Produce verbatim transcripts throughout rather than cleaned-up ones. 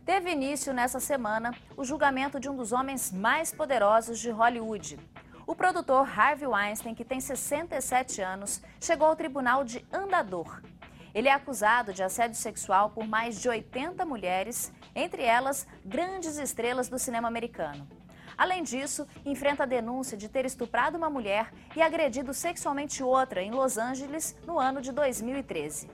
Teve início nessa semana o julgamento de um dos homens mais poderosos de Hollywood. O produtor Harvey Weinstein, que tem sessenta e sete anos, chegou ao tribunal de Andador. Ele é acusado de assédio sexual por mais de oitenta mulheres, entre elas grandes estrelas do cinema americano. Além disso, enfrenta a denúncia de ter estuprado uma mulher e agredido sexualmente outra em Los Angeles no ano de dois mil e treze.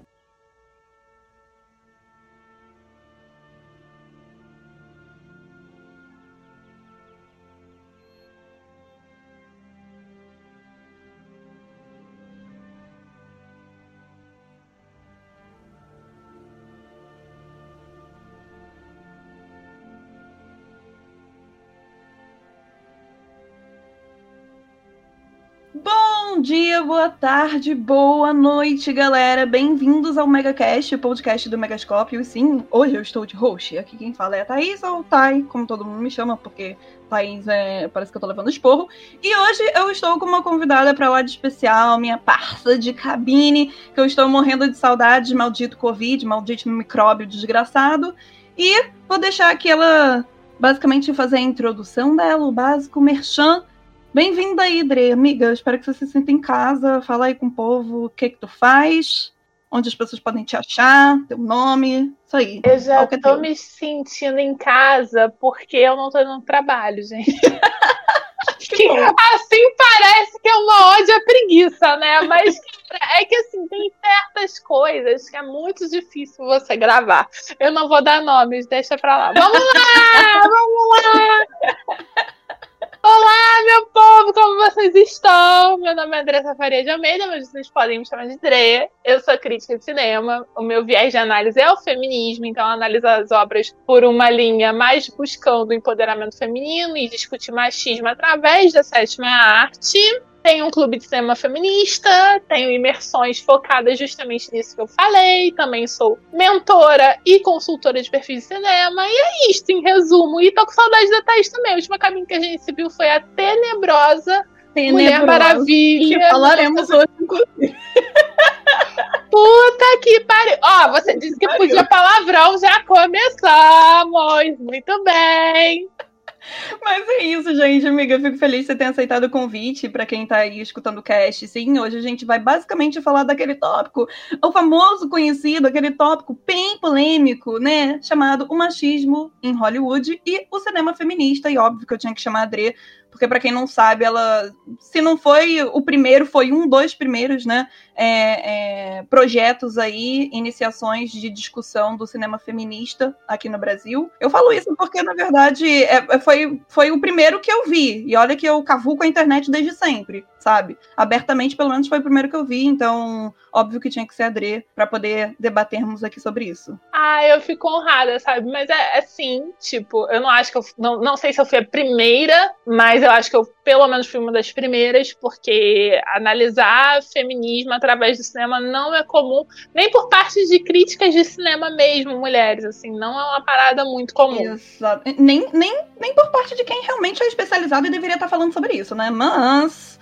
Bom dia, boa tarde, boa noite, galera. Bem-vindos ao MegaCast, o podcast do Megascópio. E sim, hoje eu estou de host. Aqui quem fala é a Thaís, ou Thay, como todo mundo me chama, porque Thaís é... parece que eu tô levando esporro. E hoje eu estou com uma convidada pra lá de especial, minha parça de cabine, que eu estou morrendo de saudade, maldito Covid, maldito micróbio desgraçado. E vou deixar aqui ela, basicamente, fazer a introdução dela, o básico, merchan. Bem-vinda aí, Dre, amiga. Espero que você se sinta em casa. Fala aí com o povo o que que tu faz, onde as pessoas podem te achar, teu nome, isso aí. Eu já é tô teu. me sentindo em casa porque eu não tô indo no trabalho, gente. que, assim parece que é uma ode à preguiça, né? Mas cara, é que assim, tem certas coisas que é muito difícil você gravar. Eu não vou dar nomes, deixa pra lá. Vamos lá! Vamos lá! Olá, meu povo, como vocês estão? Meu nome é Andressa Faria de Almeida, mas vocês podem me chamar de Dre. Eu sou crítica de cinema. O meu viés de análise é o feminismo, então eu analiso as obras por uma linha mais buscando o empoderamento feminino e discutir machismo através da sétima arte. Tenho um clube de cinema feminista, tenho imersões focadas justamente nisso que eu falei, também sou mentora e consultora de perfis de cinema, e é isso, em resumo. E tô com saudade da Thaís também. A última cabine que a gente se viu foi a Tenebrosa, Tenebrosa. Mulher Maravilha. Que falaremos hoje, inclusive. Puta que pariu. Ó, você disse que podia palavrão, já começamos. Muito bem. Mas é isso, gente, amiga. Eu fico feliz que você tenha aceitado o convite. Pra quem tá aí escutando o cast, sim, hoje a gente vai basicamente falar daquele tópico, o famoso conhecido, aquele tópico bem polêmico, né, chamado o machismo em Hollywood e o cinema feminista. E óbvio que eu tinha que chamar a Dre, porque pra quem não sabe, ela, se não foi o primeiro, foi um dos primeiros, né, é, é, projetos aí, iniciações de discussão do cinema feminista aqui no Brasil. Eu falo isso porque, na verdade, é, foi, foi o primeiro que eu vi. E olha que eu cavuco a internet desde sempre, sabe? Abertamente, pelo menos, foi o primeiro que eu vi. Então, óbvio que tinha que ser a Dre pra poder debatermos aqui sobre isso. Ah, eu fico honrada, sabe? Mas é assim, tipo, eu não acho que eu... Não, não sei se eu fui a primeira, mas eu acho que eu, pelo menos, fui uma das primeiras, porque analisar feminismo através do cinema não é comum, nem por parte de críticas de cinema mesmo, mulheres, assim, não é uma parada muito comum. Exato. Nem, nem, nem por parte de quem realmente é especializado e deveria estar falando sobre isso, né? Mas...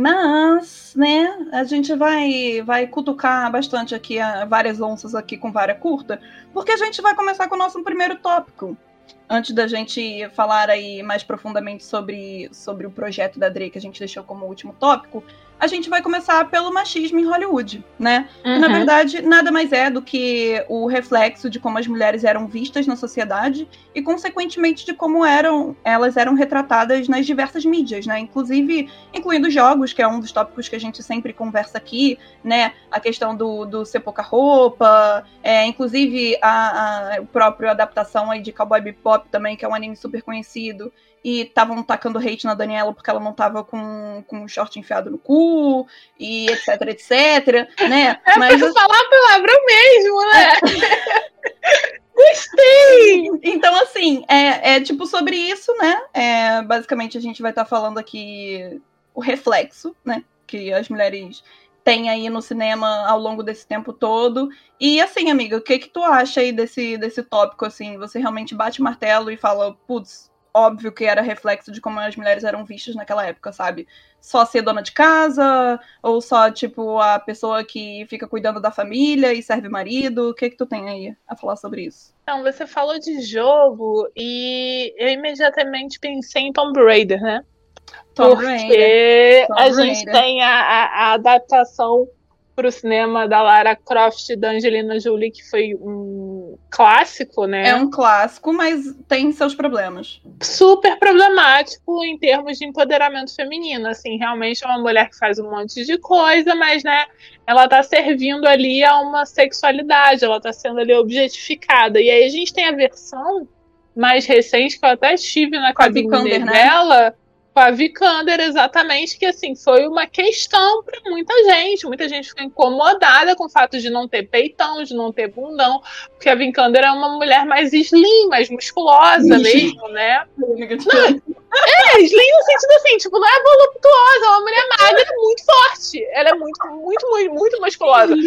Mas, né, a gente vai, vai cutucar bastante aqui a, várias onças aqui com vara curta, porque a gente vai começar com o nosso primeiro tópico. Antes da gente falar aí mais profundamente sobre, sobre o projeto da Dre, que a gente deixou como último tópico, a gente vai começar pelo machismo em Hollywood, né? Uhum. E, na verdade, nada mais é do que o reflexo de como as mulheres eram vistas na sociedade e, consequentemente, de como eram, elas eram retratadas nas diversas mídias, né? Inclusive, incluindo jogos, que é um dos tópicos que a gente sempre conversa aqui, né? A questão do, do ser pouca roupa, é, inclusive a, a, a própria adaptação aí de Cowboy Bebop também, que é um anime super conhecido, e estavam tacando hate na Daniela porque ela não tava com, com o short enfiado no cu, e etc, etc, né? É Mas pra falar a palavra mesmo, né? Gostei! Então, assim, é, é tipo sobre isso, né? É, basicamente, a gente vai estar tá falando aqui o reflexo, né? Que as mulheres têm aí no cinema ao longo desse tempo todo. E, assim, amiga, o que que tu acha aí desse, desse tópico, assim? Você realmente bate o martelo e fala, putz, óbvio que era reflexo de como as mulheres eram vistas naquela época, sabe? Só ser dona de casa, ou só, tipo, a pessoa que fica cuidando da família e serve o marido. O que que tu tem aí a falar sobre isso? Então, você falou de jogo e eu imediatamente pensei em Tomb Raider, né? Tomb Porque Raider. Tomb a gente Raider. tem a, a, a adaptação para o cinema da Lara Croft e da Angelina Jolie, que foi um clássico, né? É um clássico, mas tem seus problemas. Super problemático em termos de empoderamento feminino, assim, realmente é uma mulher que faz um monte de coisa, mas, né, ela tá servindo ali a uma sexualidade, ela tá sendo ali objetificada, e aí a gente tem a versão mais recente, que eu até estive na cabine Vikander, né? dela, com a Vikander, exatamente, que assim, foi uma questão para muita gente. Muita gente ficou incomodada com o fato de não ter peitão, de não ter bundão, porque a Vikander é uma mulher mais slim, mais musculosa mesmo, né? Não, é, slim no sentido assim, tipo, não é voluptuosa, é uma mulher magra muito forte. Ela é muito, muito, muito, muito musculosa.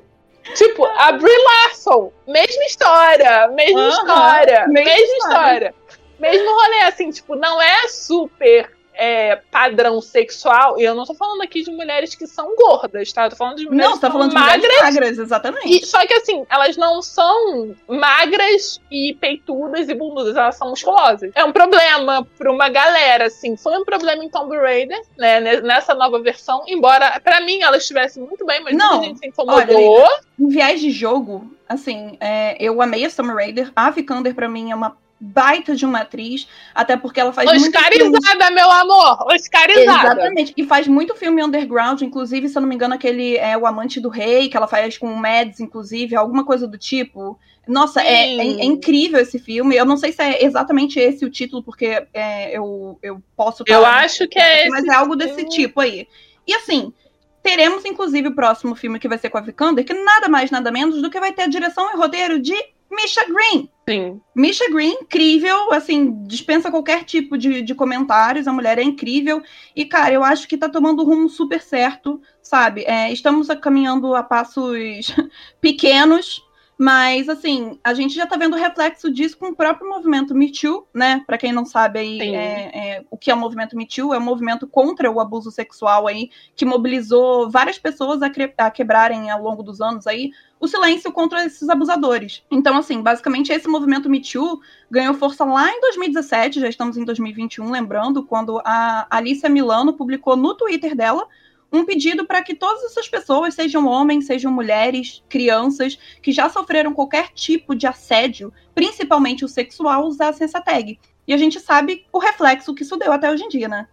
Tipo, a Brie Larson, mesma história, mesma Uhum, história, mesma mesma história. história. Mesmo rolê, assim, tipo, não é super é, padrão sexual, e eu não tô falando aqui de mulheres que são gordas, tá? Eu tô falando de mulheres Não, você tá que falando são de magras. mulheres magras, exatamente. E, só que assim, elas não são magras e peitudas e bundudas, elas são musculosas. É um problema pra uma galera, assim. Foi um problema em Tomb Raider, né? Nessa nova versão, embora, pra mim, ela estivesse muito bem, mas Não, muita gente se incomodou. olha, em viés de jogo, assim, é, eu amei a Tomb Raider. A Vikander, pra mim, é uma baita de uma atriz, até porque ela faz muito filme... Oscarizada, meu amor! Oscarizada! Exatamente, e faz muito filme underground, inclusive, se eu não me engano, aquele é O Amante do Rei, que ela faz com o Mads, inclusive, alguma coisa do tipo. Nossa, é, é, é incrível esse filme. Eu não sei se é exatamente esse o título, porque é, eu, eu posso... Eu tá, acho que é esse. Mas é algo desse tipo aí. E assim... Teremos, inclusive, o próximo filme que vai ser com a Vikander, que nada mais, nada menos do que vai ter a direção e roteiro de Misha Green. Sim. Misha Green, incrível, assim, dispensa qualquer tipo de, de comentários, a mulher é incrível. E, cara, eu acho que tá tomando um rumo super certo, sabe? É, estamos caminhando a passos pequenos, mas, assim, a gente já tá vendo o reflexo disso com o próprio movimento Me Too, né? Pra quem não sabe aí é, é, o que é o movimento Me Too, é um movimento contra o abuso sexual aí, que mobilizou várias pessoas a, cre- a quebrarem ao longo dos anos aí o silêncio contra esses abusadores. Então, assim, basicamente esse movimento Me Too ganhou força lá em dois mil e dezessete, já estamos em dois mil e vinte e um, lembrando, quando a Alicia Milano publicou no Twitter dela um pedido para que todas essas pessoas, sejam homens, sejam mulheres, crianças, que já sofreram qualquer tipo de assédio, principalmente o sexual, usassem essa tag. E a gente sabe o reflexo que isso deu até hoje em dia, né?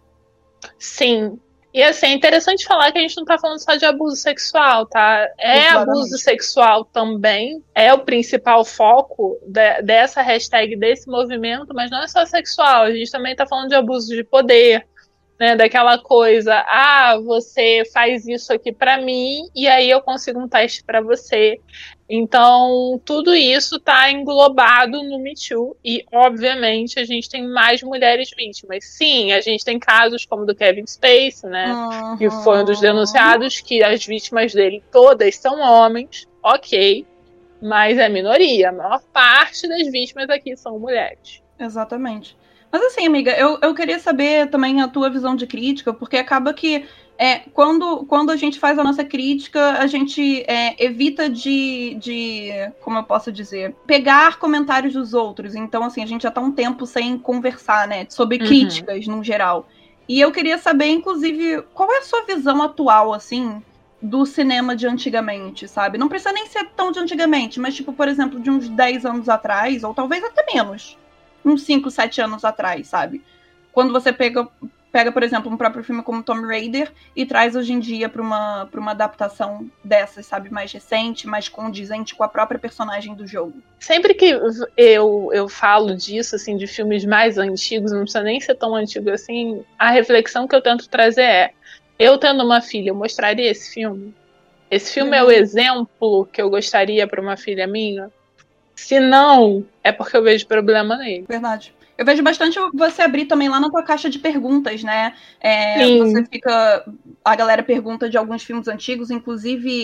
Sim. E assim, é interessante falar que a gente não tá falando só de abuso sexual, tá? É Exatamente. Abuso sexual também, é o principal foco de, dessa hashtag, desse movimento, mas não é só sexual, a gente também tá falando de abuso de poder, né, daquela coisa, ah, você faz isso aqui pra mim e aí eu consigo um teste pra você. Então, tudo isso tá englobado no Me Too e, obviamente, a gente tem mais mulheres vítimas. Sim, a gente tem casos como o do Kevin Spacey, né, uhum. que foi um dos denunciados, que as vítimas dele todas são homens, ok, mas é minoria. A maior parte das vítimas aqui são mulheres. Exatamente. Mas assim, amiga, eu, eu queria saber também a tua visão de crítica, porque acaba que é, quando, quando a gente faz a nossa crítica, a gente é, evita de, de, como eu posso dizer, pegar comentários dos outros. Então, assim, a gente já tá um tempo sem conversar, né, sobre uhum. críticas no geral. E eu queria saber, inclusive, qual é a sua visão atual, assim, do cinema de antigamente, sabe? Não precisa nem ser tão de antigamente, mas, tipo, por exemplo, de uns dez anos atrás, ou talvez até menos. Uns cinco, sete anos atrás, sabe? Quando você pega, pega, por exemplo, um próprio filme como Tomb Raider e traz hoje em dia para uma, pra uma adaptação dessas, sabe? Mais recente, mais condizente com a própria personagem do jogo. Sempre que eu, eu falo disso, assim, de filmes mais antigos, não precisa nem ser tão antigo assim, a reflexão que eu tento trazer é, eu tendo uma filha, eu mostraria esse filme? Esse filme uhum. é o exemplo que eu gostaria para uma filha minha? Se não, é porque eu vejo problema nele. Verdade. Eu vejo bastante você abrir também lá na tua caixa de perguntas, né? É, você fica... A galera pergunta de alguns filmes antigos, inclusive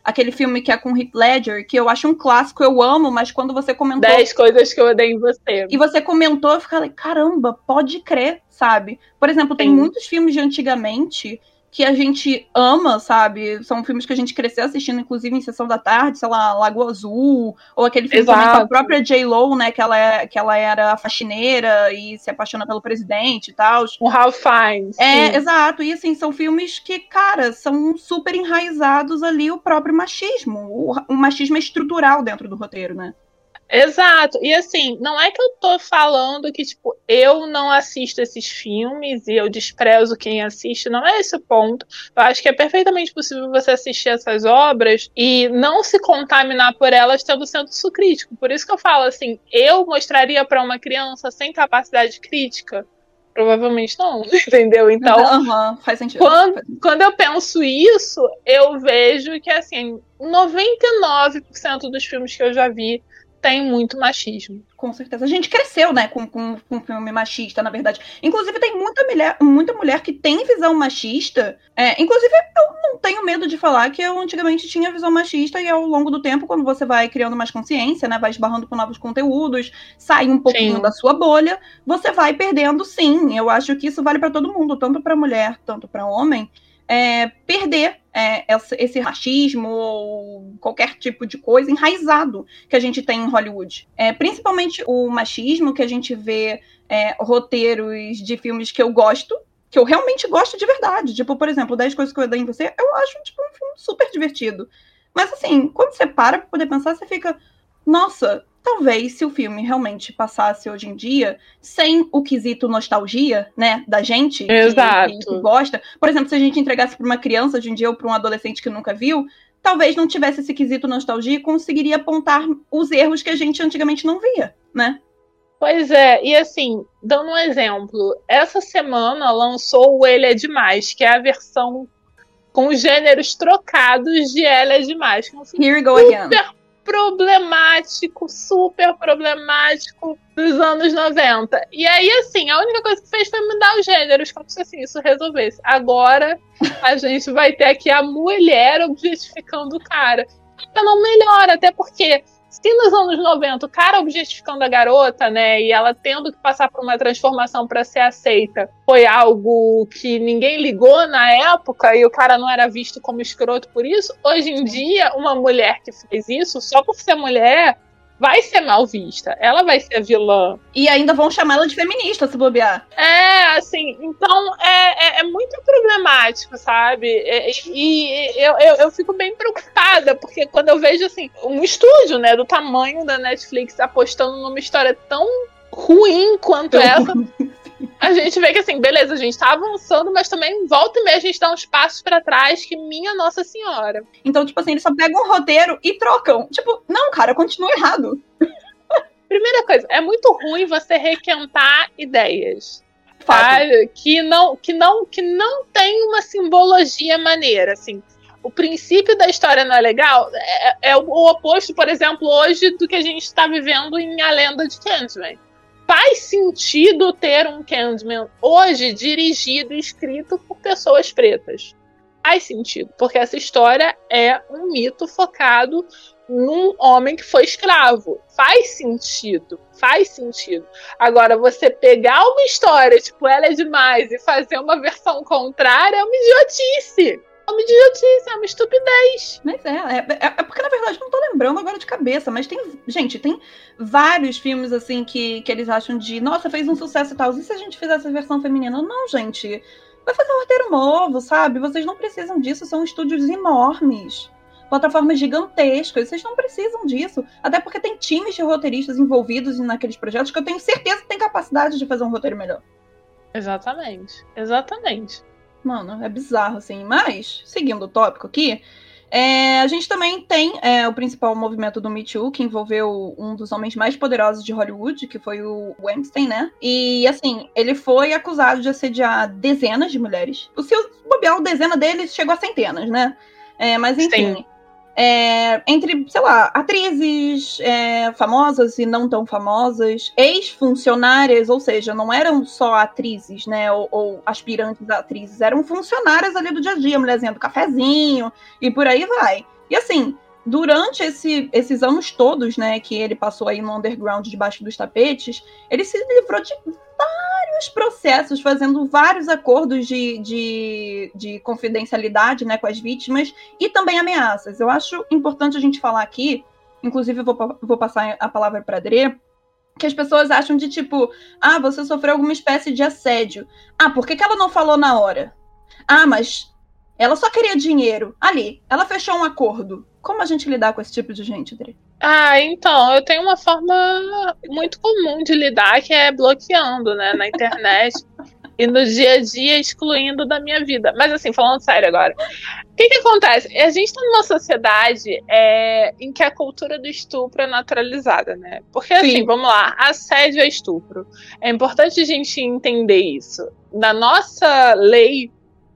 aquele filme que é com Heath Ledger, que eu acho um clássico, eu amo, mas quando você comentou... Dez coisas que eu odeio em você. E você comentou, eu falei, caramba, pode crer, sabe? Por exemplo, tem Sim. muitos filmes de antigamente que a gente ama, sabe? São filmes que a gente cresceu assistindo, inclusive em Sessão da Tarde, sei lá, Lagoa Azul, ou aquele filme Exato. também com a própria J-Lo, né, que ela, é, que ela era faxineira e se apaixona pelo presidente e tal. O Ralph Fiennes. É, sim. exato, e assim, são filmes que, cara, são super enraizados ali o próprio machismo, o, o machismo é estrutural dentro do roteiro, né? Exato, e assim, não é que eu tô falando que, tipo, eu não assisto esses filmes e eu desprezo quem assiste, não é esse o ponto. Eu acho que é perfeitamente possível você assistir essas obras e não se contaminar por elas tendo senso crítico. Por isso que eu falo assim, eu mostraria para uma criança sem capacidade crítica? Provavelmente não, entendeu? Então, uhum, faz sentido. Quando, faz sentido. Quando eu penso isso, eu vejo que, assim, noventa e nove por cento dos filmes que eu já vi tem muito machismo. Com certeza. A gente cresceu, né, com, com, com filme machista, na verdade. Inclusive, tem muita mulher, muita mulher que tem visão machista. É, inclusive, eu não tenho medo de falar que eu antigamente tinha visão machista e ao longo do tempo, quando você vai criando mais consciência, né, vai esbarrando com novos conteúdos, sai um pouquinho sim. da sua bolha, você vai perdendo, sim. Eu acho que isso vale pra todo mundo, tanto pra mulher, tanto pra homem. É, perder é, esse machismo ou qualquer tipo de coisa enraizado que a gente tem em Hollywood. É, principalmente o machismo que a gente vê é, roteiros de filmes que eu gosto, que eu realmente gosto de verdade. Tipo, por exemplo, dez Coisas que eu odeio em Você, eu acho tipo, um filme super divertido. Mas assim, quando você para pra poder pensar, você fica... Nossa, talvez se o filme realmente passasse hoje em dia, sem o quesito nostalgia, né, da gente Exato. Que, que gosta. Por exemplo, se a gente entregasse para uma criança hoje em dia ou para um adolescente que nunca viu, talvez não tivesse esse quesito nostalgia e conseguiria apontar os erros que a gente antigamente não via, né? Pois é, e assim, dando um exemplo, essa semana lançou o Ele é Demais, que é a versão com gêneros trocados de Ela é Demais. Que é um filme Here we go super again. problemático, super problemático dos anos noventa. E aí, assim, a única coisa que fez foi mudar os gêneros, como se assim, isso resolvesse. Agora, a gente vai ter aqui a mulher objetificando o cara. Então não melhora, até porque se nos anos noventa o cara objetificando a garota, né, e ela tendo que passar por uma transformação para ser aceita, foi algo que ninguém ligou na época e o cara não era visto como escroto por isso, hoje em dia, uma mulher que fez isso, só por ser mulher, vai ser mal vista. Ela vai ser vilã. E ainda vão chamar ela de feminista, se bobear. É, assim, então é, é, é muito problemático, sabe? E, e eu, eu, eu fico bem preocupada, porque quando eu vejo, assim, um estúdio, né, do tamanho da Netflix apostando numa história tão ruim quanto essa, a gente vê que, assim, beleza, a gente tá avançando, mas também volta e meia a gente dá uns passos pra trás que minha Nossa Senhora. Então, tipo assim, eles só pegam um roteiro e trocam. Tipo, não, cara, continua errado. Primeira coisa, é muito ruim você requentar ideias. Tá? Que, não, que, não, que não tem uma simbologia maneira, assim. O princípio da história não é legal, é, é o oposto, por exemplo, hoje do que a gente está vivendo em A Lenda de Candyman. Faz sentido ter um Candyman hoje dirigido e escrito por pessoas pretas. Faz sentido, porque essa história é um mito focado num homem que foi escravo. Faz sentido, faz sentido. Agora, você pegar uma história, tipo, Ela é Demais, e fazer uma versão contrária é uma idiotice. É uma idiotice, é uma estupidez. Mas é, é, é porque, na verdade, não tô lembrando agora de cabeça, mas tem, gente, tem vários filmes, assim, que, que eles acham de, nossa, fez um sucesso e tal, e se a gente fizesse a versão feminina? Não, gente, vai fazer um roteiro novo, sabe? Vocês não precisam disso, são estúdios enormes, plataformas gigantescas, vocês não precisam disso, até porque tem times de roteiristas envolvidos naqueles projetos que eu tenho certeza que tem capacidade de fazer um roteiro melhor. Exatamente, exatamente. Mano, é bizarro, assim. Mas, seguindo o tópico aqui, é, a gente também tem é, o principal movimento do Me Too, que envolveu um dos homens mais poderosos de Hollywood, que foi o Weinstein, né? E, assim, ele foi acusado de assediar dezenas de mulheres. O seu bobear, o dezena deles chegou a centenas, né? É, mas, enfim... Sim. É, entre, sei lá, atrizes é, famosas e não tão famosas, ex-funcionárias, ou seja, não eram só atrizes, né, ou, ou aspirantes a atrizes, eram funcionárias ali do dia a dia, mulherzinha do cafezinho, e por aí vai. E assim, durante esse, esses anos todos, né, que ele passou aí no underground, debaixo dos tapetes, ele se livrou de vários processos, fazendo vários acordos de, de, de confidencialidade, né, com as vítimas, e também ameaças. Eu acho importante a gente falar aqui, inclusive eu vou, vou passar a palavra para a Adrê, que as pessoas acham de tipo, ah, você sofreu alguma espécie de assédio. Ah, por que, que ela não falou na hora? Ah, mas ela só queria dinheiro. Ali, ela fechou um acordo. Como a gente lidar com esse tipo de gente, Adri? Ah, então, eu tenho uma forma muito comum de lidar, que é bloqueando, né, na internet e no dia a dia excluindo da minha vida. Mas assim, falando sério agora, o que que acontece? A gente tá numa sociedade é, em que a cultura do estupro é naturalizada, né? Porque assim, Sim. vamos lá, assédio é estupro. É importante a gente entender isso. Na nossa lei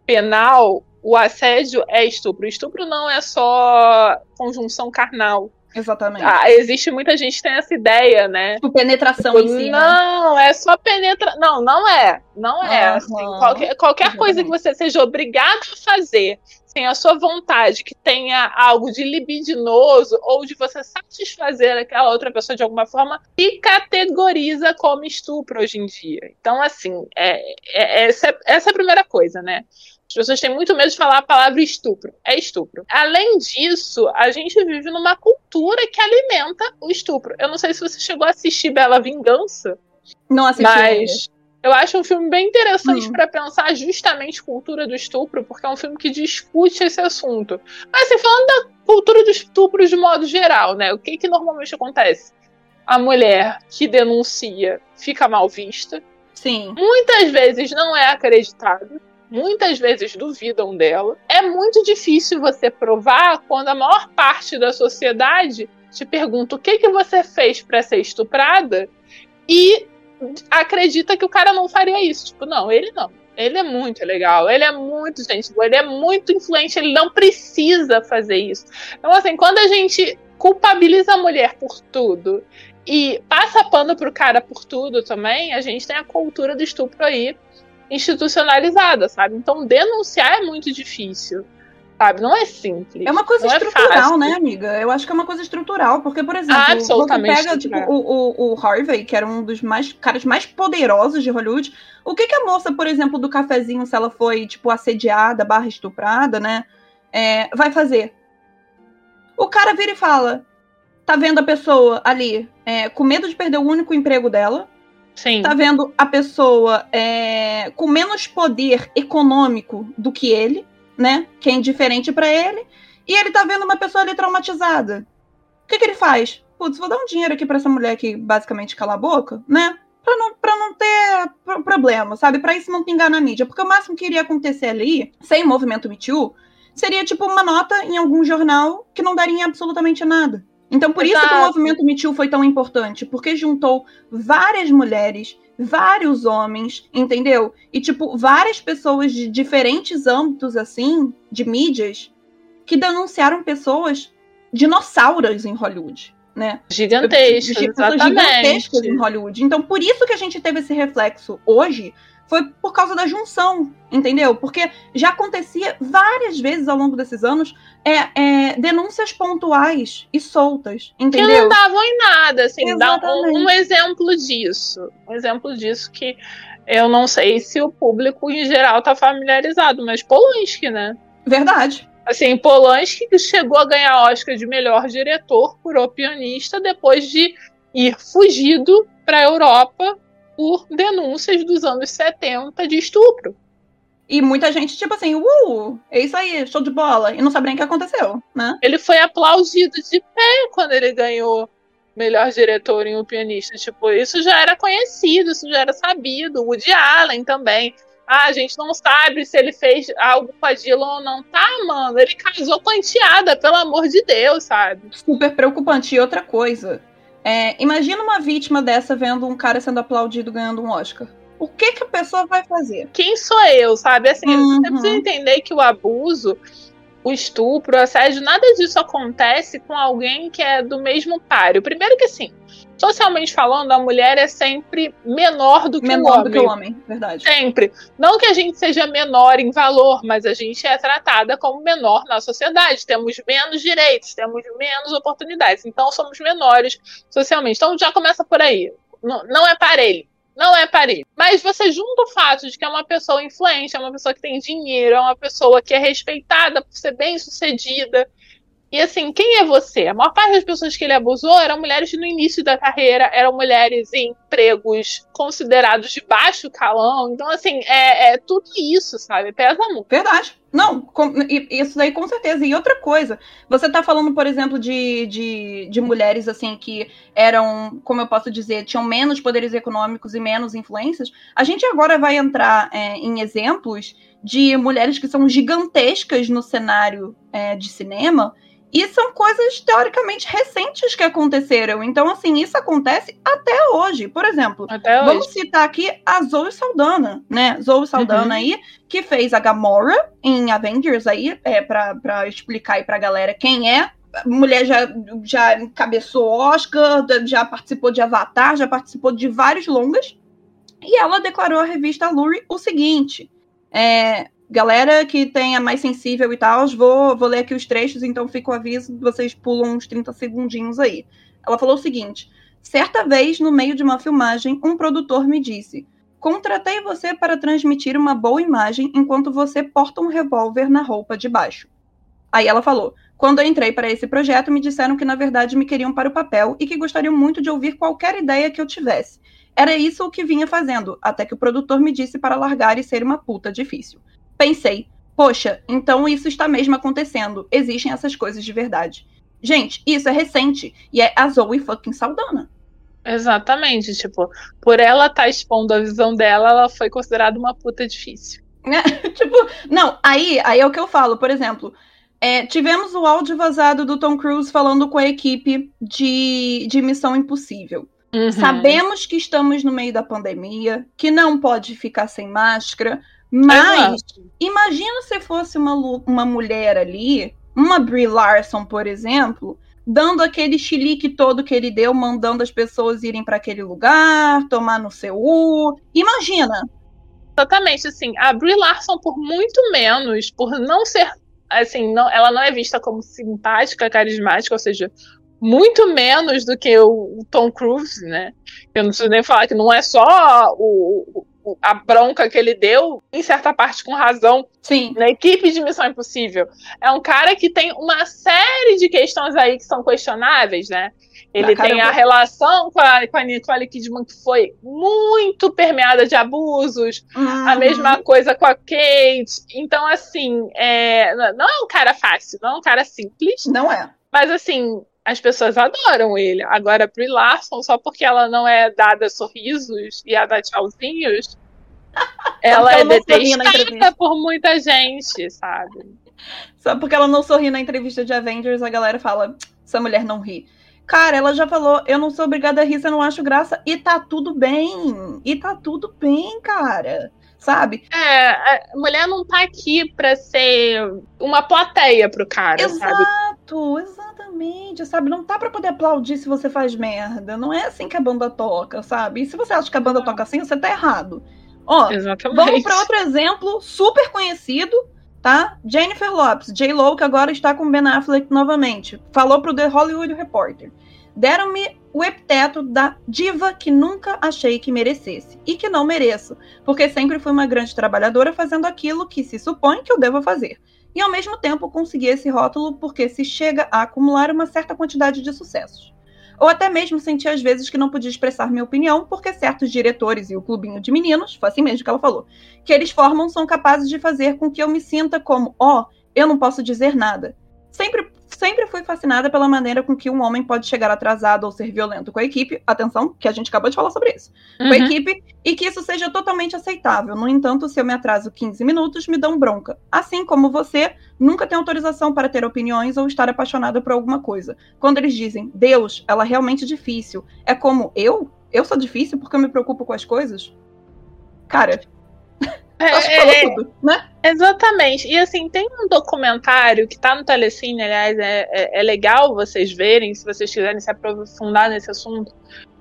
penal, o assédio é estupro. O estupro não é só conjunção carnal. Exatamente. Ah, existe muita gente que tem essa ideia, né? Tipo, penetração tipo, em si. Não, é só penetra... Não, não é. Não é. Uhum. Assim, qualquer qualquer coisa que você seja obrigado a fazer sem a sua vontade, que tenha algo de libidinoso ou de você satisfazer aquela outra pessoa de alguma forma, se categoriza como estupro hoje em dia. Então, assim, é, é, essa, essa é a primeira coisa, né? As pessoas têm muito medo de falar a palavra estupro. É estupro. Além disso, a gente vive numa cultura que alimenta o estupro. Eu não sei se você chegou a assistir Bela Vingança. Não assisti. Mas eu acho um filme bem interessante hum. para pensar justamente cultura do estupro, porque é um filme que discute esse assunto. Mas assim, falando da cultura do estupro de modo geral, né? O que, que normalmente acontece? A mulher que denuncia fica mal vista. Sim. Muitas vezes não é acreditada. Muitas vezes duvidam dela. É muito difícil você provar quando a maior parte da sociedade te pergunta o que, que você fez para ser estuprada e acredita que o cara não faria isso. Tipo, não, ele não. Ele é muito legal, ele é muito gente boa, ele é muito influente, ele não precisa fazer isso. Então, assim, quando a gente culpabiliza a mulher por tudo e passa pano pro cara por tudo também, a gente tem a cultura do estupro aí institucionalizada, sabe? Então denunciar é muito difícil, sabe? Não é simples. É uma coisa estrutural, é né, amiga? Eu acho que é uma coisa estrutural, porque, por exemplo, ah, você pega tipo, o, o, o Harvey, que era um dos mais, caras mais poderosos de Hollywood, o que que a moça, por exemplo, do cafezinho, se ela foi, tipo, assediada, barra estuprada, né, é, vai fazer? O cara vira e fala, tá vendo a pessoa ali é, com medo de perder o único emprego dela, Sim. Tá vendo a pessoa é, com menos poder econômico do que ele, né? Que é indiferente pra ele. E ele tá vendo uma pessoa ali traumatizada. O que que ele faz? Putz, vou dar um dinheiro aqui pra essa mulher que basicamente cala a boca, né? Pra não, pra não ter pro- problema, sabe? Pra isso não pingar na mídia. Porque o máximo que iria acontecer ali, sem o movimento Me Too, seria tipo uma nota em algum jornal que não daria absolutamente nada. Então, por Exato. Isso que o movimento Me Too foi tão importante, porque juntou várias mulheres, vários homens, entendeu? E, tipo, várias pessoas de diferentes âmbitos, assim, de mídias, que denunciaram pessoas dinossauras em Hollywood, né? Gigantescas, exatamente. Gigantescas em Hollywood. Então, por isso que a gente teve esse reflexo hoje, foi por causa da junção, entendeu? Porque já acontecia várias vezes ao longo desses anos é, é, denúncias pontuais e soltas, entendeu? Que não davam em nada, assim, dá um, um exemplo disso. Um exemplo disso que eu não sei se o público em geral tá familiarizado, mas Polanski, né? Verdade. Assim, Polanski chegou a ganhar Oscar de melhor diretor por O Pianista depois de ir fugido pra Europa por denúncias dos anos setenta de estupro. E muita gente, tipo assim, uh, é isso aí, show de bola. E não sabe nem o que aconteceu, né? Ele foi aplaudido de pé quando ele ganhou melhor diretor em O Pianista. Tipo, isso já era conhecido, isso já era sabido. Woody Allen também. Ah, a gente não sabe se ele fez algo com a Dylan ou não. Tá, mano, ele casou com a enteada, pelo amor de Deus, sabe? Super preocupante. E outra coisa, é, imagina uma vítima dessa vendo um cara sendo aplaudido ganhando um Oscar. O que que a pessoa vai fazer? Quem sou eu, sabe? Assim, uhum. Você precisa entender que o abuso, o estupro, o assédio, nada disso acontece com alguém que é do mesmo páreo. Primeiro que, assim, socialmente falando, a mulher é sempre menor do que menor o homem. do que o homem, verdade. Sempre. Não que a gente seja menor em valor, mas a gente é tratada como menor na sociedade. Temos menos direitos, temos menos oportunidades. Então, somos menores socialmente. Então, já começa por aí. Não, não é parelho. Não é parelho. Mas você junta o fato de que é uma pessoa influente, é uma pessoa que tem dinheiro, é uma pessoa que é respeitada por ser bem-sucedida. E assim, quem é você? A maior parte das pessoas que ele abusou eram mulheres no início da carreira, eram mulheres em empregos considerados de baixo calão. Então, assim, é, é tudo isso, sabe? Pesa muito. Verdade. Não, com, isso daí com certeza. E outra coisa, você tá falando, por exemplo, de, de, de mulheres, assim, que eram, como eu posso dizer, tinham menos poderes econômicos e menos influências. A gente agora vai entrar é, em exemplos de mulheres que são gigantescas no cenário é, de cinema. E são coisas, teoricamente, recentes que aconteceram. Então, assim, isso acontece até hoje. Por exemplo, até vamos hoje. citar aqui a Zoe Saldana, né? Zoe Saldana Uhum. aí, que fez a Gamora em Avengers aí, é, pra, pra explicar aí pra galera quem é. A mulher já, já encabeçou Oscar, já participou de Avatar, já participou de vários longas. E ela declarou à revista Allure o seguinte... É, galera que tenha mais sensível e tal, vou, vou ler aqui os trechos, então fica o aviso, vocês pulam uns trinta segundinhos aí. Ela falou o seguinte: certa vez, no meio de uma filmagem, um produtor me disse: contratei você para transmitir uma boa imagem enquanto você porta um revólver na roupa de baixo. Aí ela falou: quando eu entrei para esse projeto, me disseram que na verdade me queriam para o papel e que gostariam muito de ouvir qualquer ideia que eu tivesse. Era isso o que vinha fazendo, até que o produtor me disse para largar e ser uma puta difícil. Pensei, poxa, então isso está mesmo acontecendo. Existem essas coisas de verdade. Gente, isso é recente. E é a Zoe fucking Saldana. Exatamente. Tipo, por ela estar tá expondo a visão dela, ela foi considerada uma puta difícil. É, tipo, não, aí, aí é o que eu falo. Por exemplo, é, tivemos o áudio vazado do Tom Cruise falando com a equipe de, de Missão Impossível. Uhum. Sabemos que estamos no meio da pandemia, que não pode ficar sem máscara, mas Exato. Imagina se fosse uma, uma mulher ali, uma Brie Larson, por exemplo, dando aquele chilique todo que ele deu, mandando as pessoas irem para aquele lugar, tomar no seu U. Imagina! Exatamente, assim, a Brie Larson, por muito menos, por não ser, assim, não, ela não é vista como simpática, carismática, ou seja, muito menos do que o Tom Cruise, né? Eu não preciso nem falar que não é só o, o, a bronca que ele deu, em certa parte com razão, Sim. Na equipe de Missão Impossível. É um cara que tem uma série de questões aí que são questionáveis, né? Ele ah, tem a relação com a, com a Nicole Kidman, que foi muito permeada de abusos. Uhum. A mesma coisa com a Kate. Então, assim, é, não é um cara fácil, não é um cara simples. Não é. Mas, assim, as pessoas adoram ele. Agora, a Brie Larson, só porque ela não é dada sorrisos e a dar tchauzinhos, ela é detestada por muita gente, sabe? Só porque ela não sorri na entrevista de Avengers, a galera fala, essa mulher não ri. Cara, ela já falou, eu não sou obrigada a rir, você não acho graça, e tá tudo bem. E tá tudo bem, cara. Sabe? É, a mulher não tá aqui pra ser uma plateia pro cara, Exato, sabe? Exatamente, sabe? Não tá pra poder aplaudir se você faz merda. Não é assim que a banda toca, sabe? E se você acha que a banda toca assim, você tá errado. Ó, Exatamente. Vamos pra outro exemplo super conhecido, tá? Jennifer Lopez, J-Lo, que agora está com Ben Affleck novamente. Falou pro The Hollywood Reporter. Deram-me o epiteto da diva que nunca achei que merecesse. E que não mereço, porque sempre fui uma grande trabalhadora fazendo aquilo que se supõe que eu devo fazer. E ao mesmo tempo consegui esse rótulo porque se chega a acumular uma certa quantidade de sucessos. Ou até mesmo senti às vezes que não podia expressar minha opinião porque certos diretores e o clubinho de meninos, foi assim mesmo que ela falou, que eles formam são capazes de fazer com que eu me sinta como, ó, oh, eu não posso dizer nada. Sempre, sempre fui fascinada pela maneira com que um homem pode chegar atrasado ou ser violento com a equipe, atenção, que a gente acabou de falar sobre isso, uhum. com a equipe, e que isso seja totalmente aceitável. No entanto, se eu me atraso quinze minutos, me dão bronca. Assim como você, nunca tem autorização para ter opiniões ou estar apaixonada por alguma coisa. Quando eles dizem, Deus, ela é realmente difícil, é como, eu? Eu sou difícil porque eu me preocupo com as coisas? Cara... Acho que falou é, tudo, né? Exatamente. E assim, tem um documentário que tá no Telecine, aliás, é, é, é legal vocês verem, se vocês quiserem se aprofundar nesse assunto,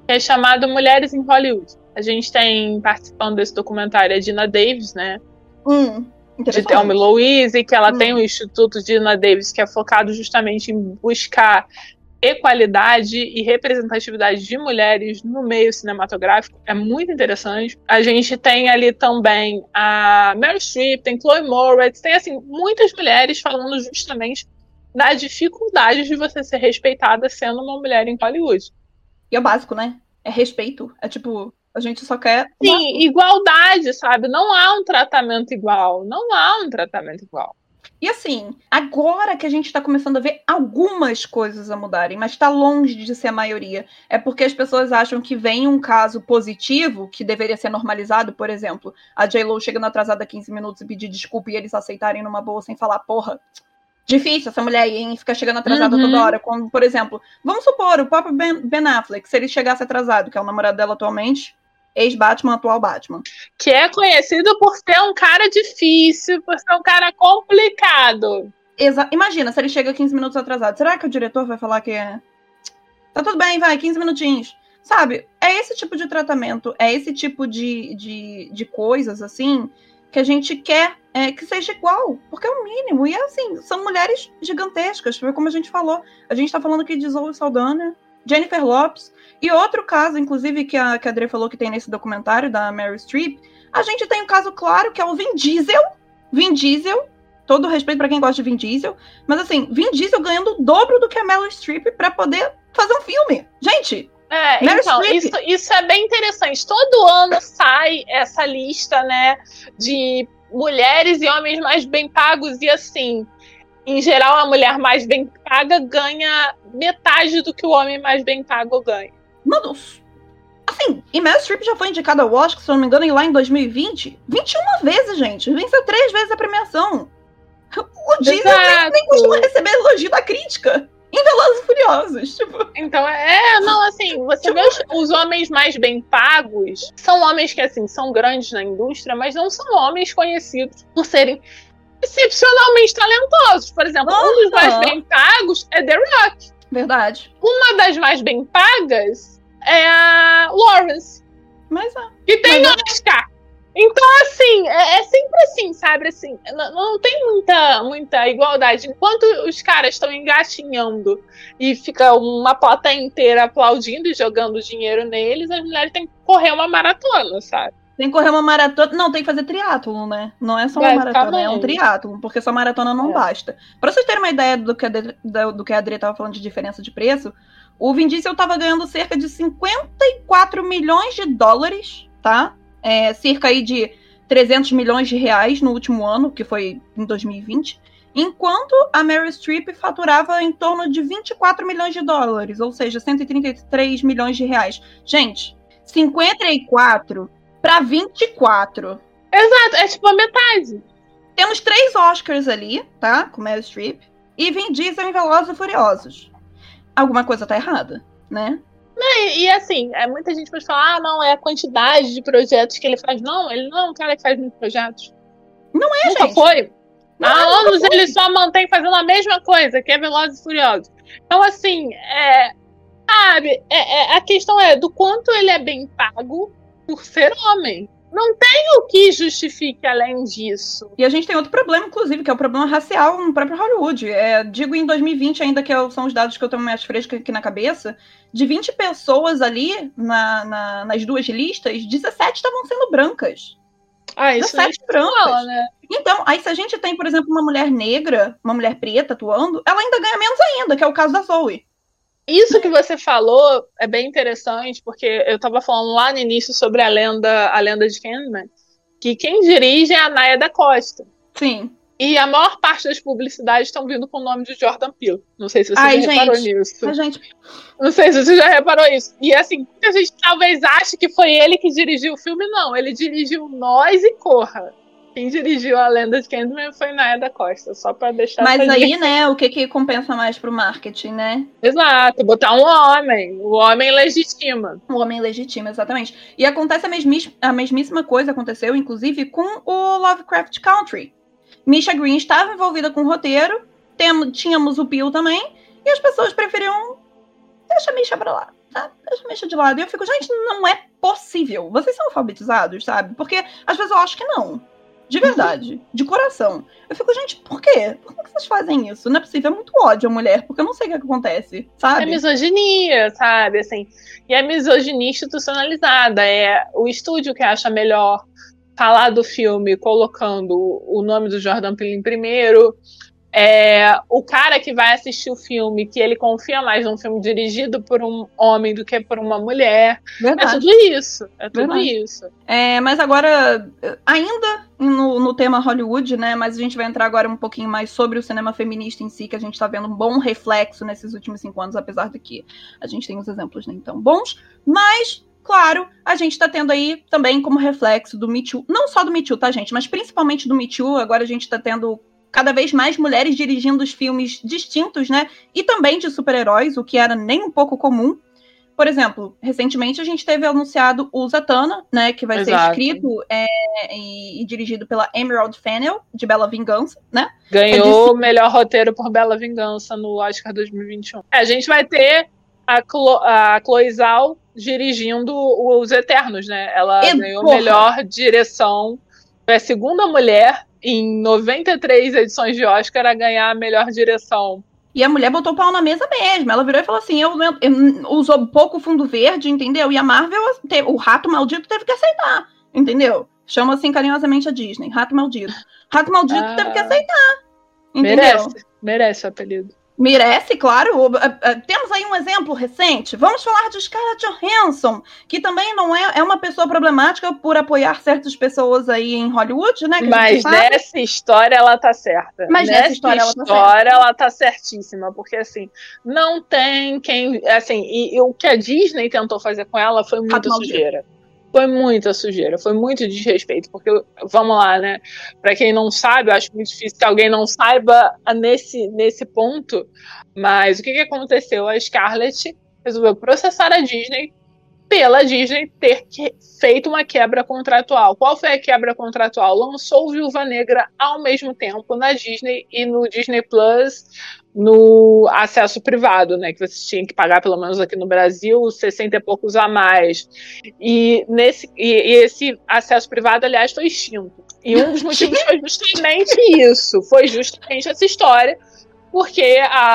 que é chamado Mulheres em Hollywood. A gente tem, participando desse documentário, a Dina Davis, né? Hum, de Thelma e Louise, que ela hum. tem o Instituto Dina Davis, que é focado justamente em buscar equalidade e representatividade de mulheres no meio cinematográfico. É muito interessante. A gente tem ali também a Meryl Streep, tem Chloe Moretz, tem assim, muitas mulheres falando justamente da dificuldade de você ser respeitada sendo uma mulher em Hollywood. E é o básico, né? É respeito. É tipo, a gente só quer... Sim, igualdade, sabe? Não há um tratamento igual. Não há um tratamento igual. E assim, agora que a gente tá começando a ver algumas coisas a mudarem, mas tá longe de ser a maioria. É porque as pessoas acham que vem um caso positivo, que deveria ser normalizado, por exemplo, a J-Lo chegando atrasada quinze minutos e pedir desculpa e eles aceitarem numa boa sem falar, porra, difícil essa mulher aí, hein? Fica chegando atrasada Uhum. toda hora. Como, por exemplo, vamos supor, o próprio Ben, Ben Affleck, se ele chegasse atrasado, que é o namorado dela atualmente, ex-Batman, atual Batman. Que é conhecido por ser um cara difícil, por ser um cara complicado. Exa- Imagina, se ele chega quinze minutos atrasado, será que o diretor vai falar que é... Tá tudo bem, vai, quinze minutinhos. Sabe, é esse tipo de tratamento, é esse tipo de, de, de coisas, assim, que a gente quer é, que seja igual, porque é o mínimo. E, assim, são mulheres gigantescas, foi como a gente falou. A gente tá falando aqui de Zoe Saldana, Jennifer Lopez, e outro caso, inclusive, que a, que a Adri falou que tem nesse documentário da Meryl Streep, a gente tem um caso claro, que é o Vin Diesel. Vin Diesel, todo respeito pra quem gosta de Vin Diesel, mas assim, Vin Diesel ganhando o dobro do que a Meryl Streep pra poder fazer um filme. Gente... É, Meryl então, Streep. isso, isso é bem interessante. Todo ano sai essa lista, né, de mulheres e homens mais bem pagos, e assim, em geral, a mulher mais bem paga ganha metade do que o homem mais bem pago ganha. Mano, assim, e Meryl Streep já foi indicada ao Oscar, se eu não me engano, lá em dois mil e vinte. vinte e uma vezes, gente. Venceu três vezes a premiação. O Diesel nem, nem costuma receber elogio da crítica. Em Velozes e Furiosos, tipo... Então, é, não, assim, você tipo... vê os, os homens mais bem pagos, são homens que, assim, são grandes na indústria, mas não são homens conhecidos por serem excepcionalmente talentosos. Por exemplo, uhum. um dos mais bem pagos é The Rock. Verdade. Uma das mais bem pagas é a Lawrence. Mas é. Que tem mas Oscar. É. Então, assim, é, é sempre assim, sabe? Assim, não, não tem muita, muita igualdade. Enquanto os caras estão engatinhando e fica uma plateia inteira aplaudindo e jogando dinheiro neles, as mulheres têm que correr uma maratona, sabe? Tem que correr uma maratona. Não, tem que fazer triatlon, né? Não é só uma maratona, é um triatlon, porque só maratona não é. basta. Pra vocês terem uma ideia do que a Adri, do que a Adri tava falando de diferença de preço, o Vin Diesel tava ganhando cerca de cinquenta e quatro milhões de dólares, tá? É, cerca aí de trezentos milhões de reais no último ano, que foi em dois mil e vinte, enquanto a Meryl Streep faturava em torno de vinte e quatro milhões de dólares, ou seja, cento e trinta e três milhões de reais. Gente, cinquenta e quatro para vinte e quatro. Exato, é tipo a metade. Temos três Oscars ali, tá? Com Meryl Streep. E Vin Diesel em Velozes e Furiosos. Alguma coisa tá errada, né? Não, e, e assim, é, muita gente pode falar, ah, não, é a quantidade de projetos que ele faz. Não, ele não é um cara que faz muitos projetos. Não é, nunca gente. Foi. Não, Há nunca anos foi. Ele só mantém fazendo a mesma coisa, que é Velozes e Furiosos. Então, assim, é, sabe, é, é, a questão é do quanto ele é bem pago por ser homem. Não tem o que justifique além disso. E a gente tem outro problema, inclusive, que é o problema racial no próprio Hollywood. É, digo em dois mil e vinte, ainda que são os dados que eu tenho mais frescos aqui na cabeça, de vinte pessoas ali na, na, nas duas listas, dezessete estavam sendo brancas. Ah, isso dezessete brancas. Fala, né? Então, aí se a gente tem, por exemplo, uma mulher negra, uma mulher preta atuando, ela ainda ganha menos ainda, que é o caso da Zoe. Isso que você falou é bem interessante, porque eu tava falando lá no início sobre a lenda, a lenda de Candyman, que quem dirige é a Naya da Costa. Sim. E a maior parte das publicidades estão vindo com o nome de Jordan Peele. Não sei se você Ai, já gente, reparou nisso. A gente... Não sei se você já reparou isso. E assim, muita gente talvez ache que foi ele que dirigiu o filme. Não, ele dirigiu Nós e Corra. Quem dirigiu a lenda de Candyman foi Naya da Costa, só pra deixar... Mas aí, né, o que que compensa mais pro marketing, né? Exato, botar um homem. O homem legitima. O homem legitima, exatamente. E acontece a, mesmis, a mesmíssima coisa, aconteceu, inclusive, com o Lovecraft Country. Misha Green estava envolvida com o roteiro, temos, tínhamos o Peele também, e as pessoas preferiam... Deixa a Misha pra lá. tá, deixa de lado. E eu fico, gente, não é possível. Vocês são alfabetizados, sabe? Porque às vezes eu acho que não. De verdade, de coração. Eu fico, gente, por quê? Por que vocês fazem isso? Não é possível, é muito ódio à mulher, porque eu não sei o que acontece, sabe? É misoginia, sabe? Assim, e é misoginia institucionalizada. É o estúdio que acha melhor falar do filme colocando o nome do Jordan Peele primeiro. É, o cara que vai assistir o filme, que ele confia mais num filme dirigido por um homem do que por uma mulher. Verdade. É tudo isso. É tudo Verdade. isso. É, mas agora, ainda no, no tema Hollywood, né? Mas a gente vai entrar agora um pouquinho mais sobre o cinema feminista em si, que a gente tá vendo um bom reflexo nesses últimos cinco anos, apesar de que a gente tem uns exemplos nem tão bons. Mas, claro, a gente tá tendo aí também como reflexo do Me Too. Não só do Me Too, tá, gente? Mas principalmente do Me Too. Agora a gente tá tendo cada vez mais mulheres dirigindo os filmes distintos, né? E também de super-heróis, o que era nem um pouco comum. Por exemplo, recentemente a gente teve anunciado o Zatanna, né? Que vai Exato. ser escrito é, e, e dirigido pela Emerald Fennell, de Bela Vingança, né? Ganhou o melhor roteiro por Bela Vingança no Oscar dois mil e vinte e um. É, a gente vai ter a, Clo a Chloe Zhao dirigindo Os Eternos, né? Ela E, ganhou porra. melhor direção. É a segunda mulher em noventa e três edições de Oscar a ganhar a melhor direção. E a mulher botou o pau na mesa mesmo. Ela virou e falou assim, eu, eu, eu usou pouco fundo verde, entendeu? E a Marvel, o rato maldito teve que aceitar, entendeu? Chama assim carinhosamente a Disney, rato maldito. Rato maldito ah, teve que aceitar, entendeu? Merece, merece o apelido. Merece, claro. Uh, uh, uh, temos aí um exemplo recente. Vamos falar de Scarlett Johansson, que também não é, é uma pessoa problemática por apoiar certas pessoas aí em Hollywood, né? Que Mas nessa história ela tá certa. Mas nessa, nessa história, ela tá, história ela tá certíssima, porque assim, não tem quem... Assim, e, e o que a Disney tentou fazer com ela foi muita sujeira. Foi muita sujeira, foi muito desrespeito, porque, vamos lá, né, pra quem não sabe, eu acho muito difícil que alguém não saiba nesse, nesse ponto, mas o que, que aconteceu? A Scarlett resolveu processar a Disney pela Disney ter que, feito uma quebra contratual. Qual foi a quebra contratual? Lançou Viúva Negra ao mesmo tempo na Disney e no Disney Plus, no acesso privado, né, que você tinha que pagar, pelo menos aqui no Brasil, sessenta e poucos a mais. E, nesse, e, e esse acesso privado, aliás, foi extinto. E um dos motivos foi justamente isso, foi justamente essa história, porque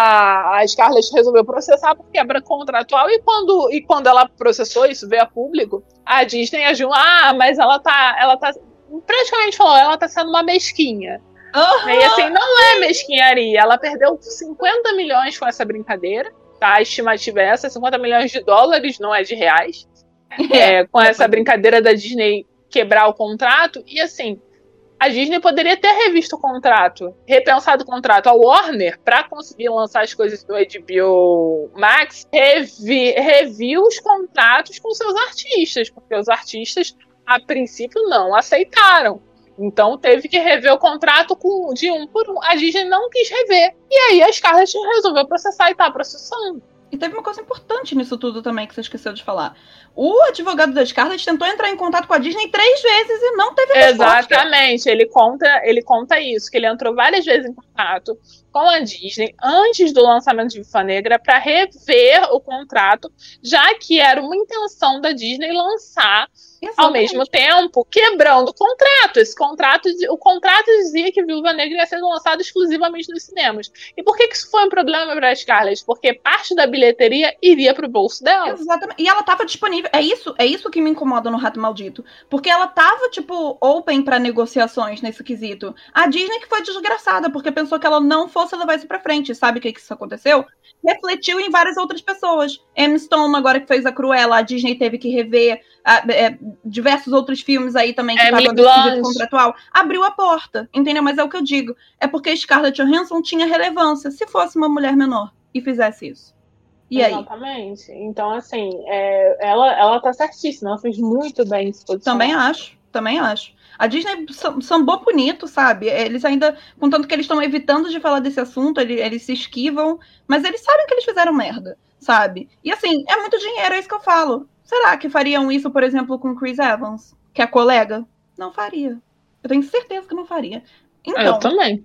a, a Scarlett resolveu processar por quebra contratual, e quando, e quando ela processou, isso veio a público, a Disney agiu, ah, mas ela tá, ela tá, praticamente falou, ela tá sendo uma mesquinha. Uhum. E assim, não é mesquinharia, ela perdeu cinquenta milhões com essa brincadeira, tá? A estimativa é essa, cinquenta milhões de dólares, não é de reais, é, com essa brincadeira da Disney quebrar o contrato, e assim, a Disney poderia ter revisto o contrato, repensado o contrato. A Warner, para conseguir lançar as coisas do H B O Max, revi, reviu os contratos com seus artistas, porque os artistas, a princípio, não aceitaram. Então teve que rever o contrato com, de um por um. A Disney não quis rever. E aí a Scarlett resolveu processar e tá processando. E teve uma coisa importante nisso tudo também que você esqueceu de falar. O advogado da Scarlett tentou entrar em contato com a Disney três vezes e não teve resposta. Exatamente, ele conta, ele conta isso, que ele entrou várias vezes em contato com a Disney antes do lançamento de Viúva Negra para rever o contrato, já que era uma intenção da Disney lançar Exatamente. Ao mesmo tempo, quebrando o contrato. Esse contrato, o contrato dizia que Viúva Negra ia ser lançado exclusivamente nos cinemas. E por que, que isso foi um problema para a Scarlett? Porque parte da bilheteria iria pro bolso dela. Exatamente. E ela tava disponível. É isso, é isso que me incomoda no Rato Maldito. Porque ela tava, tipo, open para negociações nesse quesito. A Disney que foi desgraçada, porque pensou que ela não fosse levar isso pra frente. Sabe o que, que isso aconteceu? Refletiu em várias outras pessoas. Emma Stone, agora que fez a Cruella, a Disney teve que rever a, é, diversos outros filmes aí também que estavam nesse contratual. Abriu a porta, entendeu? Mas é o que eu digo. É porque Scarlett Johansson tinha relevância se fosse uma mulher menor e fizesse isso. E Exatamente. Aí? Então, assim, é, ela, ela tá certíssima. Ela fez muito bem esse posicionamento. Também acho, também acho. A Disney sambou bonito, sabe? Eles ainda, contanto que eles estão evitando de falar desse assunto, eles, eles se esquivam, mas eles sabem que eles fizeram merda, sabe? E assim, é muito dinheiro, é isso que eu falo. Será que fariam isso, por exemplo, com Chris Evans, que é colega? Não faria. Eu tenho certeza que não faria. Então, eu também.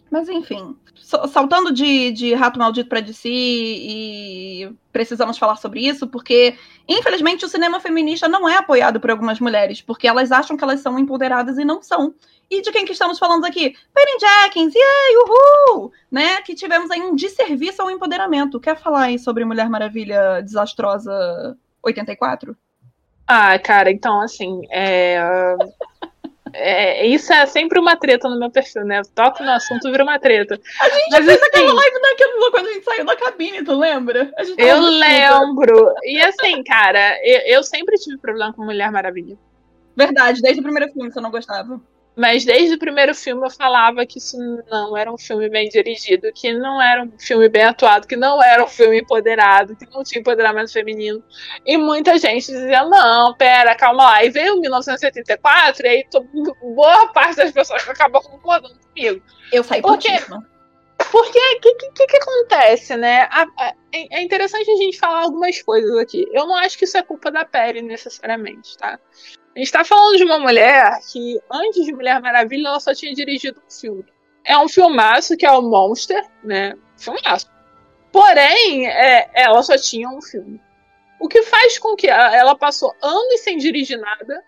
Mas enfim, saltando de, de Rato Maldito pra D C, e precisamos falar sobre isso, porque, infelizmente, o cinema feminista não é apoiado por algumas mulheres, porque elas acham que elas são empoderadas e não são. E de quem que estamos falando aqui? Penny Jenkins, yay, uhul! Né? Que tivemos aí um desserviço ao empoderamento. Quer falar aí sobre Mulher Maravilha Desastrosa oitenta e quatro? Ah, cara, então, assim, é... É, isso é sempre uma treta no meu perfil, né? Eu toco no assunto, vira uma treta. A gente Mas, fez assim, aquela live naquele, quando a gente saiu da cabine, tu lembra? Eu lembro. E assim, cara, eu, eu sempre tive problema com Mulher Maravilha. Verdade, desde o primeiro filme você não gostava. Mas desde o primeiro filme eu falava que isso não era um filme bem dirigido, que não era um filme bem atuado, que não era um filme empoderado, que não tinha empoderamento feminino. E muita gente dizia, não, pera, calma lá. E veio mil novecentos e setenta e quatro, e aí tô, boa parte das pessoas acabou concordando comigo. Eu saí porque Porque o que, que, que acontece, né? A, a, é interessante a gente falar algumas coisas aqui. Eu não acho que isso é culpa da Perry, necessariamente, tá? A gente tá falando de uma mulher que, antes de Mulher Maravilha, ela só tinha dirigido um filme. É um filmaço, que é o Monster, né? Filmaço. Porém, é, ela só tinha um filme. O que faz com que ela passou anos sem dirigir nada,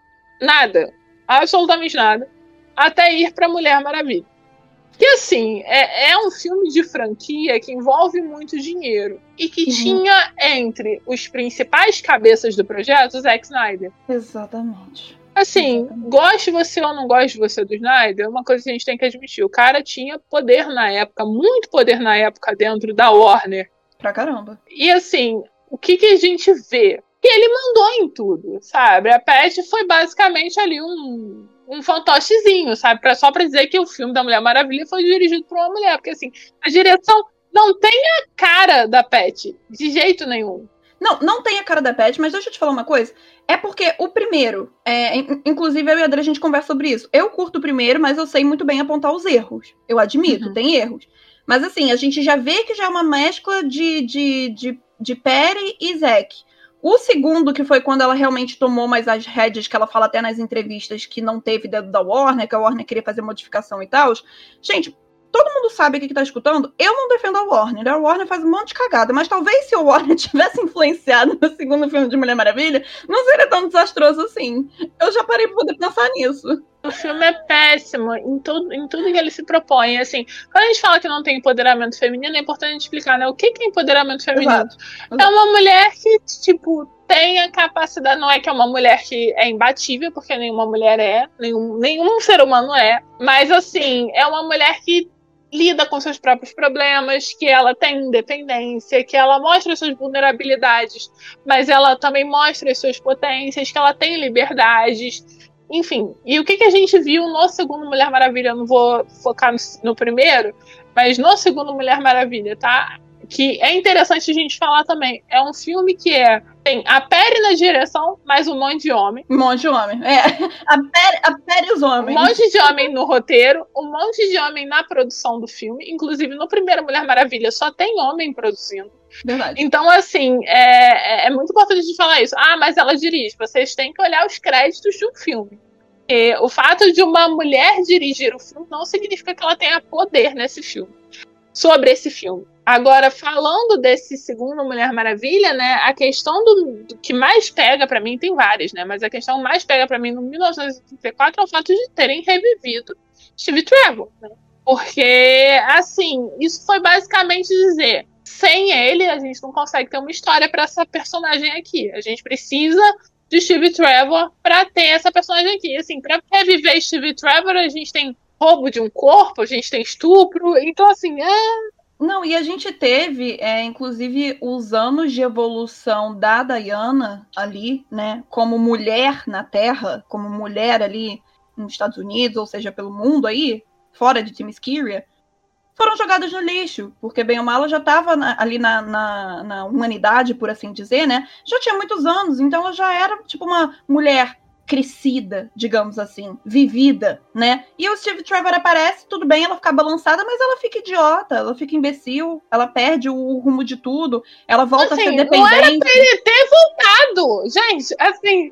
nada, absolutamente nada, até ir pra Mulher Maravilha. Que, assim, é, é um filme de franquia que envolve muito dinheiro. E que uhum. tinha entre os principais cabeças do projeto o Zack Snyder. Exatamente. Assim, Exatamente. goste você ou não goste você do Snyder, é uma coisa que a gente tem que admitir. O cara tinha poder na época, muito poder na época dentro da Warner. Pra caramba. E, assim, o que, que a gente vê? Que ele mandou em tudo, sabe? A Patty foi basicamente ali um... um fantochezinho, sabe? Pra, só pra dizer que o filme da Mulher Maravilha foi dirigido por uma mulher. Porque, assim, a direção não tem a cara da Patty, de jeito nenhum. Não, não tem a cara da Patty, mas deixa eu te falar uma coisa. É porque o primeiro, é, inclusive eu e a Adri, a gente conversa sobre isso. Eu curto o primeiro, mas eu sei muito bem apontar os erros. Eu admito, uhum. tem erros. Mas, assim, a gente já vê que já é uma mescla de, de, de, de Perry e Zack. O segundo, que foi quando ela realmente tomou mais as rédeas, que ela fala até nas entrevistas que não teve dedo da Warner, que a Warner queria fazer modificação e tal. Gente, todo mundo sabe aqui que tá escutando, eu não defendo a Warner. A Warner faz um monte de cagada, mas talvez se a Warner tivesse influenciado no segundo filme de Mulher Maravilha, não seria tão desastroso assim. Eu já parei pra poder pensar nisso. O filme é péssimo em tudo, em tudo que ele se propõe. Assim, quando a gente fala que não tem empoderamento feminino, é importante a gente explicar, né? O que é empoderamento feminino? Exato, exato. É uma mulher que, tipo, tem a capacidade, não é que é uma mulher que é imbatível, porque nenhuma mulher é, nenhum, nenhum ser humano é, mas, assim, é uma mulher que lida com seus próprios problemas, que ela tem independência, que ela mostra suas vulnerabilidades, mas ela também mostra as suas potências, que ela tem liberdades. Enfim, e o que, que a gente viu no segundo Mulher Maravilha? Eu não vou focar no, no primeiro, mas no segundo Mulher Maravilha, tá? Que é interessante a gente falar também. É um filme que é, tem a Perry na direção, mais um monte de homem. Um monte de homem. É, a Perry, a Perry e os homens. Um monte de homem no roteiro, um monte de homem na produção do filme. Inclusive, no primeiro Mulher Maravilha, só tem homem produzindo. Verdade. Então, assim, é, é muito importante a gente falar isso. Ah, mas ela dirige. Vocês têm que olhar os créditos de um filme. E o fato de uma mulher dirigir o filme não significa que ela tenha poder nesse filme. Sobre esse filme. Agora, falando desse segundo Mulher Maravilha, né, a questão do, do que mais pega pra mim, tem várias, né, mas a questão que mais pega pra mim no mil novecentos e oitenta e quatro é o fato de terem revivido Steve Trevor, né? Porque, assim, isso foi basicamente dizer, sem ele a gente não consegue ter uma história pra essa personagem aqui. A gente precisa de Steve Trevor pra ter essa personagem aqui. Assim, pra reviver Steve Trevor, a gente tem roubo de um corpo, a gente tem estupro, então, assim, é... Não, e a gente teve, é, inclusive, os anos de evolução da Diana ali, né, como mulher na Terra, como mulher ali nos Estados Unidos, ou seja, pelo mundo aí, fora de Themyscira, foram jogadas no lixo, porque bem ou mal ela já estava ali na, na, na humanidade, por assim dizer, né, já tinha muitos anos, então ela já era, tipo, uma mulher crescida, digamos assim, vivida, né? E o Steve Trevor aparece, tudo bem, ela fica balançada, mas ela fica idiota, ela fica imbecil, ela perde o rumo de tudo, ela volta assim, a ser dependente. Não era pra ele ter voltado, gente, assim,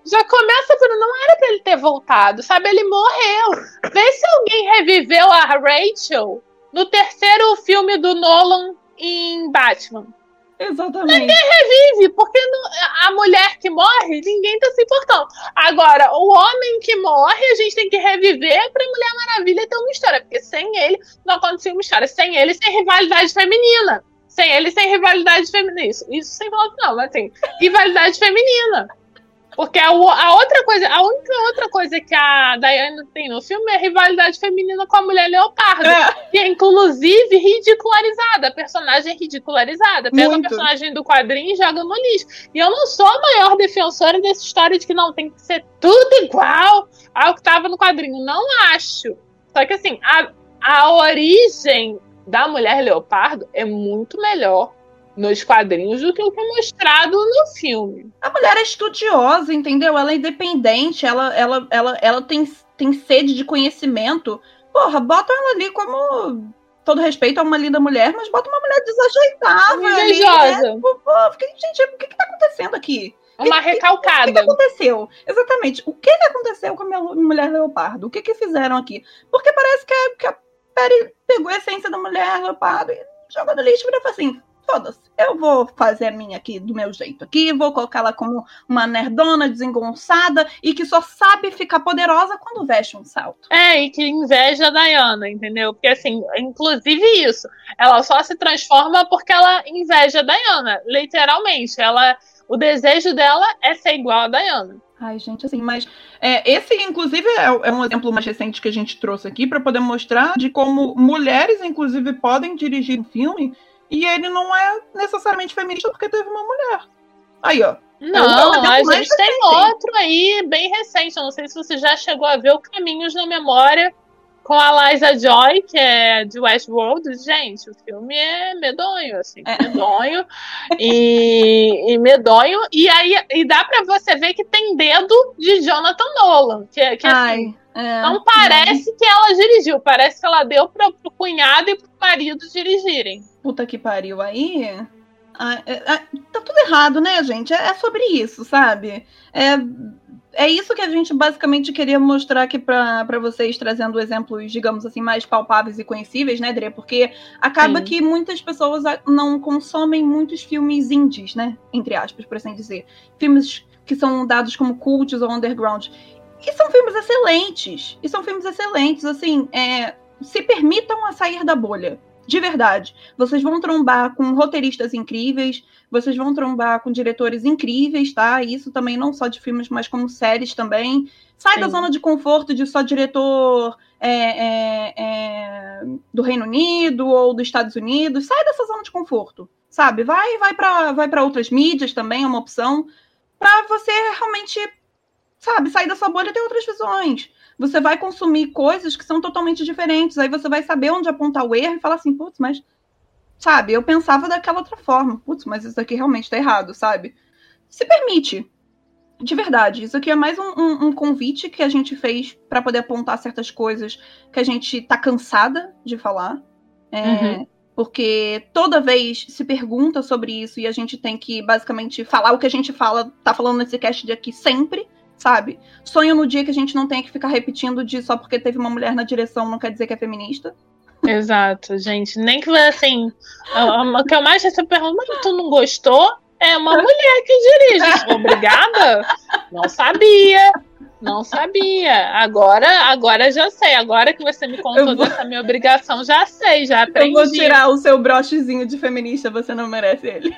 Já começa por não era pra ele ter voltado, sabe? Ele morreu. Vê se alguém reviveu a Rachel no terceiro filme do Nolan em Batman. Exatamente. Ninguém revive, porque a mulher que morre, ninguém tá se importando. Agora, o homem que morre, a gente tem que reviver pra Mulher Maravilha ter uma história, porque sem ele não acontecia uma história. Sem ele, sem rivalidade feminina. Sem ele, sem rivalidade feminina. Isso, isso sem falar não, mas assim, rivalidade feminina. Porque a, a outra coisa, a única outra coisa que a Diana tem no filme é a rivalidade feminina com a mulher leopardo. É. Que é, inclusive, ridicularizada. A personagem é ridicularizada. Pega Muito. a personagem do quadrinho e joga no lixo. E eu não sou a maior defensora dessa história de que não tem que ser tudo igual ao que estava no quadrinho. Não acho. Só que, assim, a, a origem da mulher leopardo é muito melhor nos quadrinhos do que o que é mostrado no filme. A mulher é estudiosa, entendeu? Ela é independente, ela, ela, ela, ela tem, tem sede de conhecimento. Porra, bota ela ali como... Todo respeito a uma linda mulher, mas bota uma mulher desajeitável ali, né? Pô, fiquei, gente, o que que tá acontecendo aqui? Uma que, recalcada. O que, que aconteceu? Exatamente. O que que aconteceu com a minha mulher leopardo? O que que fizeram aqui? Porque parece que a, que a Perry pegou a essência da mulher leopardo e jogou no lixo e falou assim... Foda-se, eu vou fazer a minha aqui do meu jeito aqui, vou colocá-la como uma nerdona desengonçada e que só sabe ficar poderosa quando veste um salto. É, e que inveja a Diana, entendeu? Porque, assim, inclusive isso, ela só se transforma porque ela inveja a Diana, literalmente. Ela, o desejo dela é ser igual a Diana. Ai, gente, assim, mas é, esse, inclusive, é, é um exemplo mais recente que a gente trouxe aqui para poder mostrar de como mulheres, inclusive, podem dirigir um filme. E ele não é necessariamente feminista porque teve uma mulher. Aí, ó. Não, é a gente tem outro aí, bem recente. Eu não sei se você já chegou a ver o Caminhos na Memória com a Liza Joy, que é de Westworld. Gente, o filme é medonho, assim. É. Medonho. e, e medonho. E aí e dá pra você ver que tem dedo de Jonathan Nolan. Que, que assim, é, não parece é. que ela dirigiu. Parece que ela deu pra, pro cunhado e pro marido dirigirem. Puta que pariu, aí ah, é, é, tá tudo errado, né, gente? É, é sobre isso, sabe? É, é isso que a gente basicamente queria mostrar aqui pra, pra vocês, trazendo exemplos, digamos assim, mais palpáveis e conhecíveis, né, Dre? Porque acaba Sim. que muitas pessoas não consomem muitos filmes indies, né? Entre aspas, por assim dizer. Filmes que são dados como cults ou underground. E são filmes excelentes. E são filmes excelentes, assim, é, se permitam a sair da bolha. De verdade. Vocês vão trombar com roteiristas incríveis, vocês vão trombar com diretores incríveis, tá? Isso também não só de filmes, mas como séries também. Sai Sim. da zona de conforto de só diretor é, é, é, do Reino Unido ou dos Estados Unidos. Sai dessa zona de conforto, sabe? Vai, vai para vai para outras mídias também, é uma opção. Pra você realmente, sabe, sair da sua bolha e ter outras visões. Você vai consumir coisas que são totalmente diferentes. Aí você vai saber onde apontar o erro e falar assim, putz, mas, sabe, eu pensava daquela outra forma. Putz, mas isso aqui realmente tá errado, sabe? Se permite. De verdade. Isso aqui é mais um, um, um convite que a gente fez para poder apontar certas coisas que a gente tá cansada de falar. É, uhum. Porque toda vez se pergunta sobre isso e a gente tem que, basicamente, falar o que a gente fala, tá falando nesse cast de aqui sempre. Sabe? Sonho no dia que a gente não tenha que ficar repetindo de só porque teve uma mulher na direção não quer dizer que é feminista. Exato, gente. Nem que, assim, o que eu mais recebo pergunta, mas tu não gostou? É uma mulher que dirige. Obrigada? Não sabia. Não sabia. Agora, agora já sei. Agora que você me contou vou... dessa minha obrigação, já sei, já aprendi. Eu vou tirar o seu brochezinho de feminista, você não merece ele.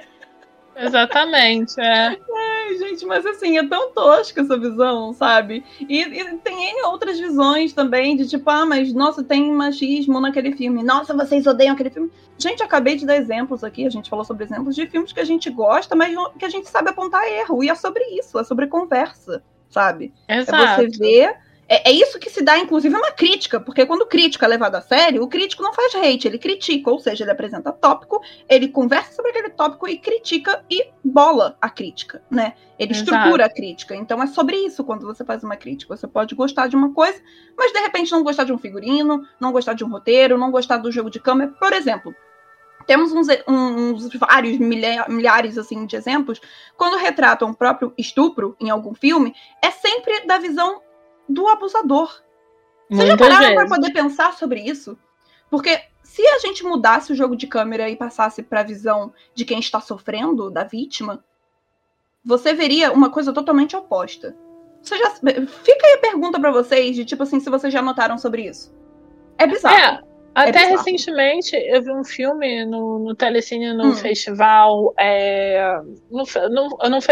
Exatamente, é. Ai, gente, mas assim, é tão tosca essa visão, sabe? E, e tem N outras visões também, de tipo, ah, mas nossa, tem machismo naquele filme. Nossa, vocês odeiam aquele filme. Gente, acabei de dar exemplos aqui, a gente falou sobre exemplos de filmes que a gente gosta, mas que a gente sabe apontar erro. E é sobre isso, é sobre conversa, sabe? Exato. É você ver... É, é isso que se dá, inclusive, uma crítica, porque quando o crítico é levado a sério, o crítico não faz hate, ele critica, ou seja, ele apresenta tópico, ele conversa sobre aquele tópico e critica e bola a crítica, né? Ele Exato. Estrutura a crítica. Então é sobre isso quando você faz uma crítica. Você pode gostar de uma coisa, mas de repente não gostar de um figurino, não gostar de um roteiro, não gostar do jogo de câmera. Por exemplo, temos uns, uns vários milhares assim, de exemplos, quando retratam o próprio estupro em algum filme, é sempre da visão do abusador. Vocês já pararam para poder pensar sobre isso? Porque se a gente mudasse o jogo de câmera e passasse para a visão de quem está sofrendo, da vítima, você veria uma coisa totalmente oposta. Você já... Fica aí a pergunta para vocês, de tipo assim, se vocês já notaram sobre isso. É bizarro. É. Até é recentemente eu vi um filme no, no Telecine, no hum. festival. É, no, no, no,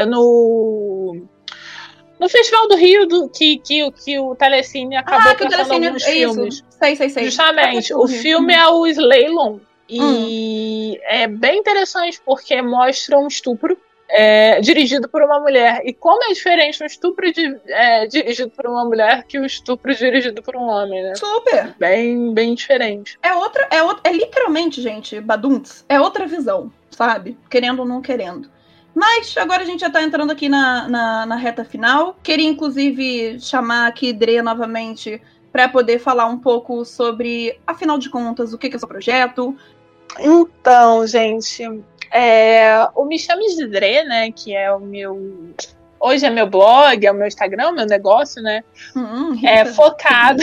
no, no Festival do Rio, do, que, que, que o Telecine acabou ah, que o Telecine alguns é filmes. Isso. Sei, sei, sei. Justamente, é o filme é o Slalom. E hum. é bem interessante porque mostra um estupro. É, dirigido por uma mulher. E como é diferente um estupro de, é, dirigido por uma mulher que o um estupro dirigido por um homem, né? Super! Bem, bem diferente. É outra, é outra, é literalmente, gente, Baduntz, é outra visão, sabe? Querendo ou não querendo. Mas agora a gente já tá entrando aqui na, na, na reta final. Queria, inclusive, chamar aqui Dre novamente para poder falar um pouco sobre, afinal de contas, o que é o seu projeto. Então, gente... É, o Me Chame de Dre, né, que é o meu... Hoje é meu blog, é o meu Instagram, meu negócio, né, hum, é focado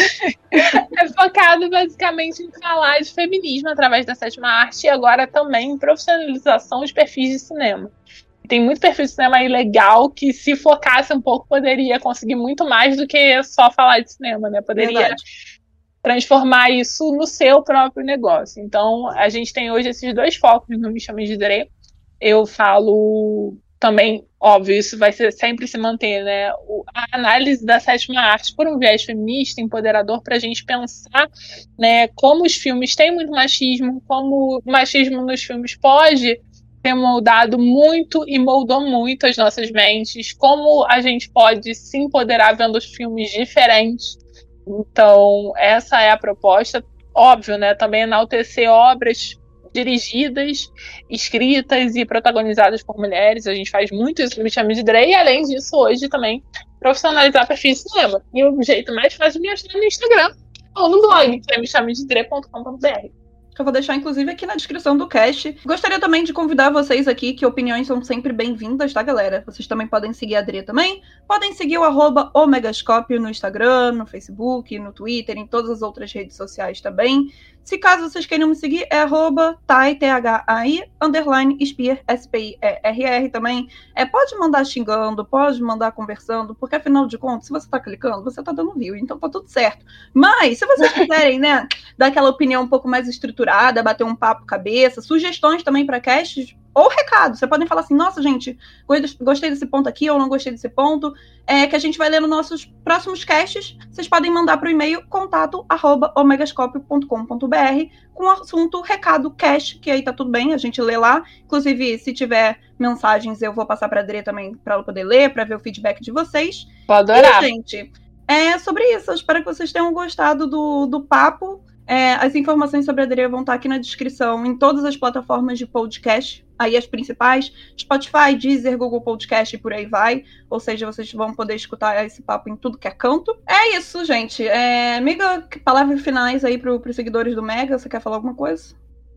é focado basicamente em falar de feminismo através da sétima arte e agora também em profissionalização de perfis de cinema. Tem muito perfil de cinema aí legal que, se focasse um pouco, poderia conseguir muito mais do que só falar de cinema, né, poderia... Verdade. Transformar isso no seu próprio negócio. Então, a gente tem hoje esses dois focos no Me Chame de Dre. Eu falo também, óbvio, isso vai ser, sempre se manter, né? A análise da sétima arte por um viés feminista, empoderador, para a gente pensar, né, como os filmes têm muito machismo, como o machismo nos filmes pode ter moldado muito e moldou muito as nossas mentes, como a gente pode se empoderar vendo os filmes diferentes. Então, essa é a proposta. Óbvio, né? Também enaltecer obras dirigidas, escritas e protagonizadas por mulheres. A gente faz muito isso no Me Chame de Dre. E, além disso, hoje também profissionalizar perfis de cinema. E o jeito mais fácil de me achar no Instagram ou no blog, que é me chame de dre ponto com ponto b r. Eu vou deixar, inclusive, aqui na descrição do cast. Gostaria também de convidar vocês aqui, que opiniões são sempre bem-vindas, tá, galera? Vocês também podem seguir a Dre também. Podem seguir o arroba Omegascópio no Instagram, no Facebook, no Twitter, em todas as outras redes sociais também. Se caso vocês queiram me seguir, é arroba Thai, T H A I, underline, Spear, S P I E R R também. É, pode mandar xingando, pode mandar conversando, porque afinal de contas, se você tá clicando, você tá dando view, então tá tudo certo. Mas, se vocês quiserem, né, dar aquela opinião um pouco mais estruturada, bater um papo cabeça, sugestões também para casts, ou recado, você podem falar assim, nossa, gente, gostei desse ponto aqui, ou não gostei desse ponto, é, que a gente vai ler nos nossos próximos casts. Vocês podem mandar para o e-mail contato arroba omegascópio ponto com ponto b r com o assunto recado cast, que aí tá tudo bem, a gente lê lá. Inclusive, se tiver mensagens, eu vou passar para a Dre também, para ela poder ler, para ver o feedback de vocês. Vou adorar. E, gente, é sobre isso. Eu espero que vocês tenham gostado do, do papo. É, as informações sobre a Dre vão estar aqui na descrição, em todas as plataformas de podcast, aí as principais, Spotify, Deezer, Google Podcast e por aí vai. Ou seja, vocês vão poder escutar esse papo em tudo que é canto. É isso, gente. É, amiga, palavras finais aí para os seguidores do Mega. Você quer falar alguma coisa?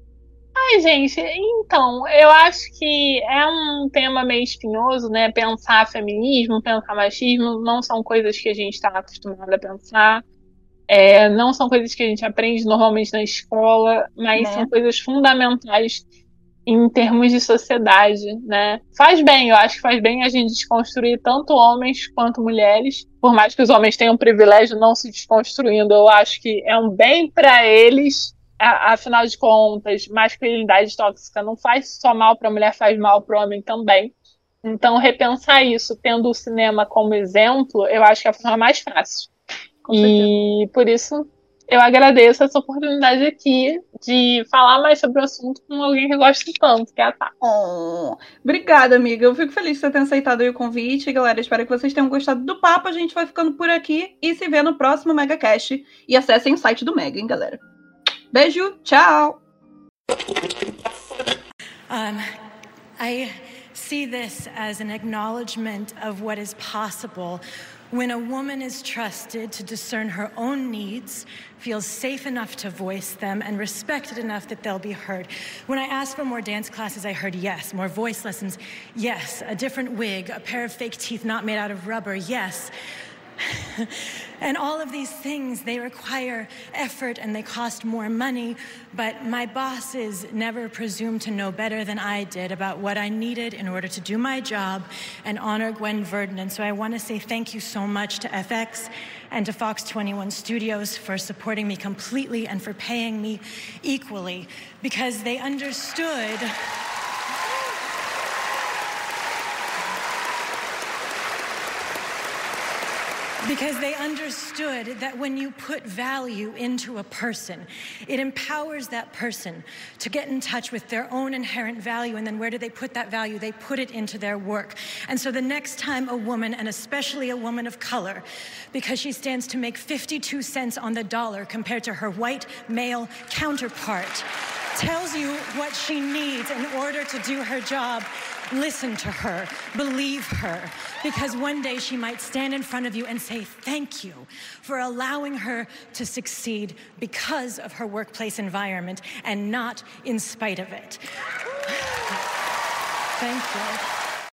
Ai, gente, então, eu acho que é um tema meio espinhoso, né? Pensar feminismo, pensar machismo, não são coisas que a gente está acostumado a pensar. É, não são coisas que a gente aprende normalmente na escola, mas né? São coisas fundamentais em termos de sociedade, né? Faz bem, eu acho que faz bem a gente desconstruir tanto homens quanto mulheres, por mais que os homens tenham o privilégio não se desconstruindo, eu acho que é um bem para eles. Afinal de contas, masculinidade tóxica não faz só mal para a mulher, faz mal para o homem também. Então, repensar isso, tendo o cinema como exemplo, eu acho que é a forma mais fácil. E por isso eu agradeço essa oportunidade aqui de falar mais sobre o assunto com alguém que gosta tanto, que é a Tá. Oh, obrigada, amiga. Eu fico feliz de você ter aceitado aí o convite. Galera, espero que vocês tenham gostado do papo. A gente vai ficando por aqui e se vê no próximo MegaCast. E acessem o site do Mega, hein, galera. Beijo, tchau! Um, I see this as an acknowledgement of what is possible When a woman is trusted to discern her own needs, feels safe enough to voice them, and respected enough that they'll be heard. When I asked for more dance classes, I heard yes. More voice lessons, yes. A different wig, a pair of fake teeth not made out of rubber, yes. And all of these things, they require effort and they cost more money, but my bosses never presumed to know better than I did about what I needed in order to do my job and honor Gwen Verdon. And so I want to say thank you so much to F X and to Fox twenty-one Studios for supporting me completely and for paying me equally, because they understood Because they understood that when you put value into a person, it empowers that person to get in touch with their own inherent value. And then where do they put that value? They put it into their work. And so the next time a woman, and especially a woman of color, because she stands to make fifty-two cents on the dollar compared to her white male counterpart, tells you what she needs in order to do her job, listen to her, believe her, because one day she might stand in front of you and say thank you for allowing her to succeed because of her workplace environment and not in spite of it. Thank you.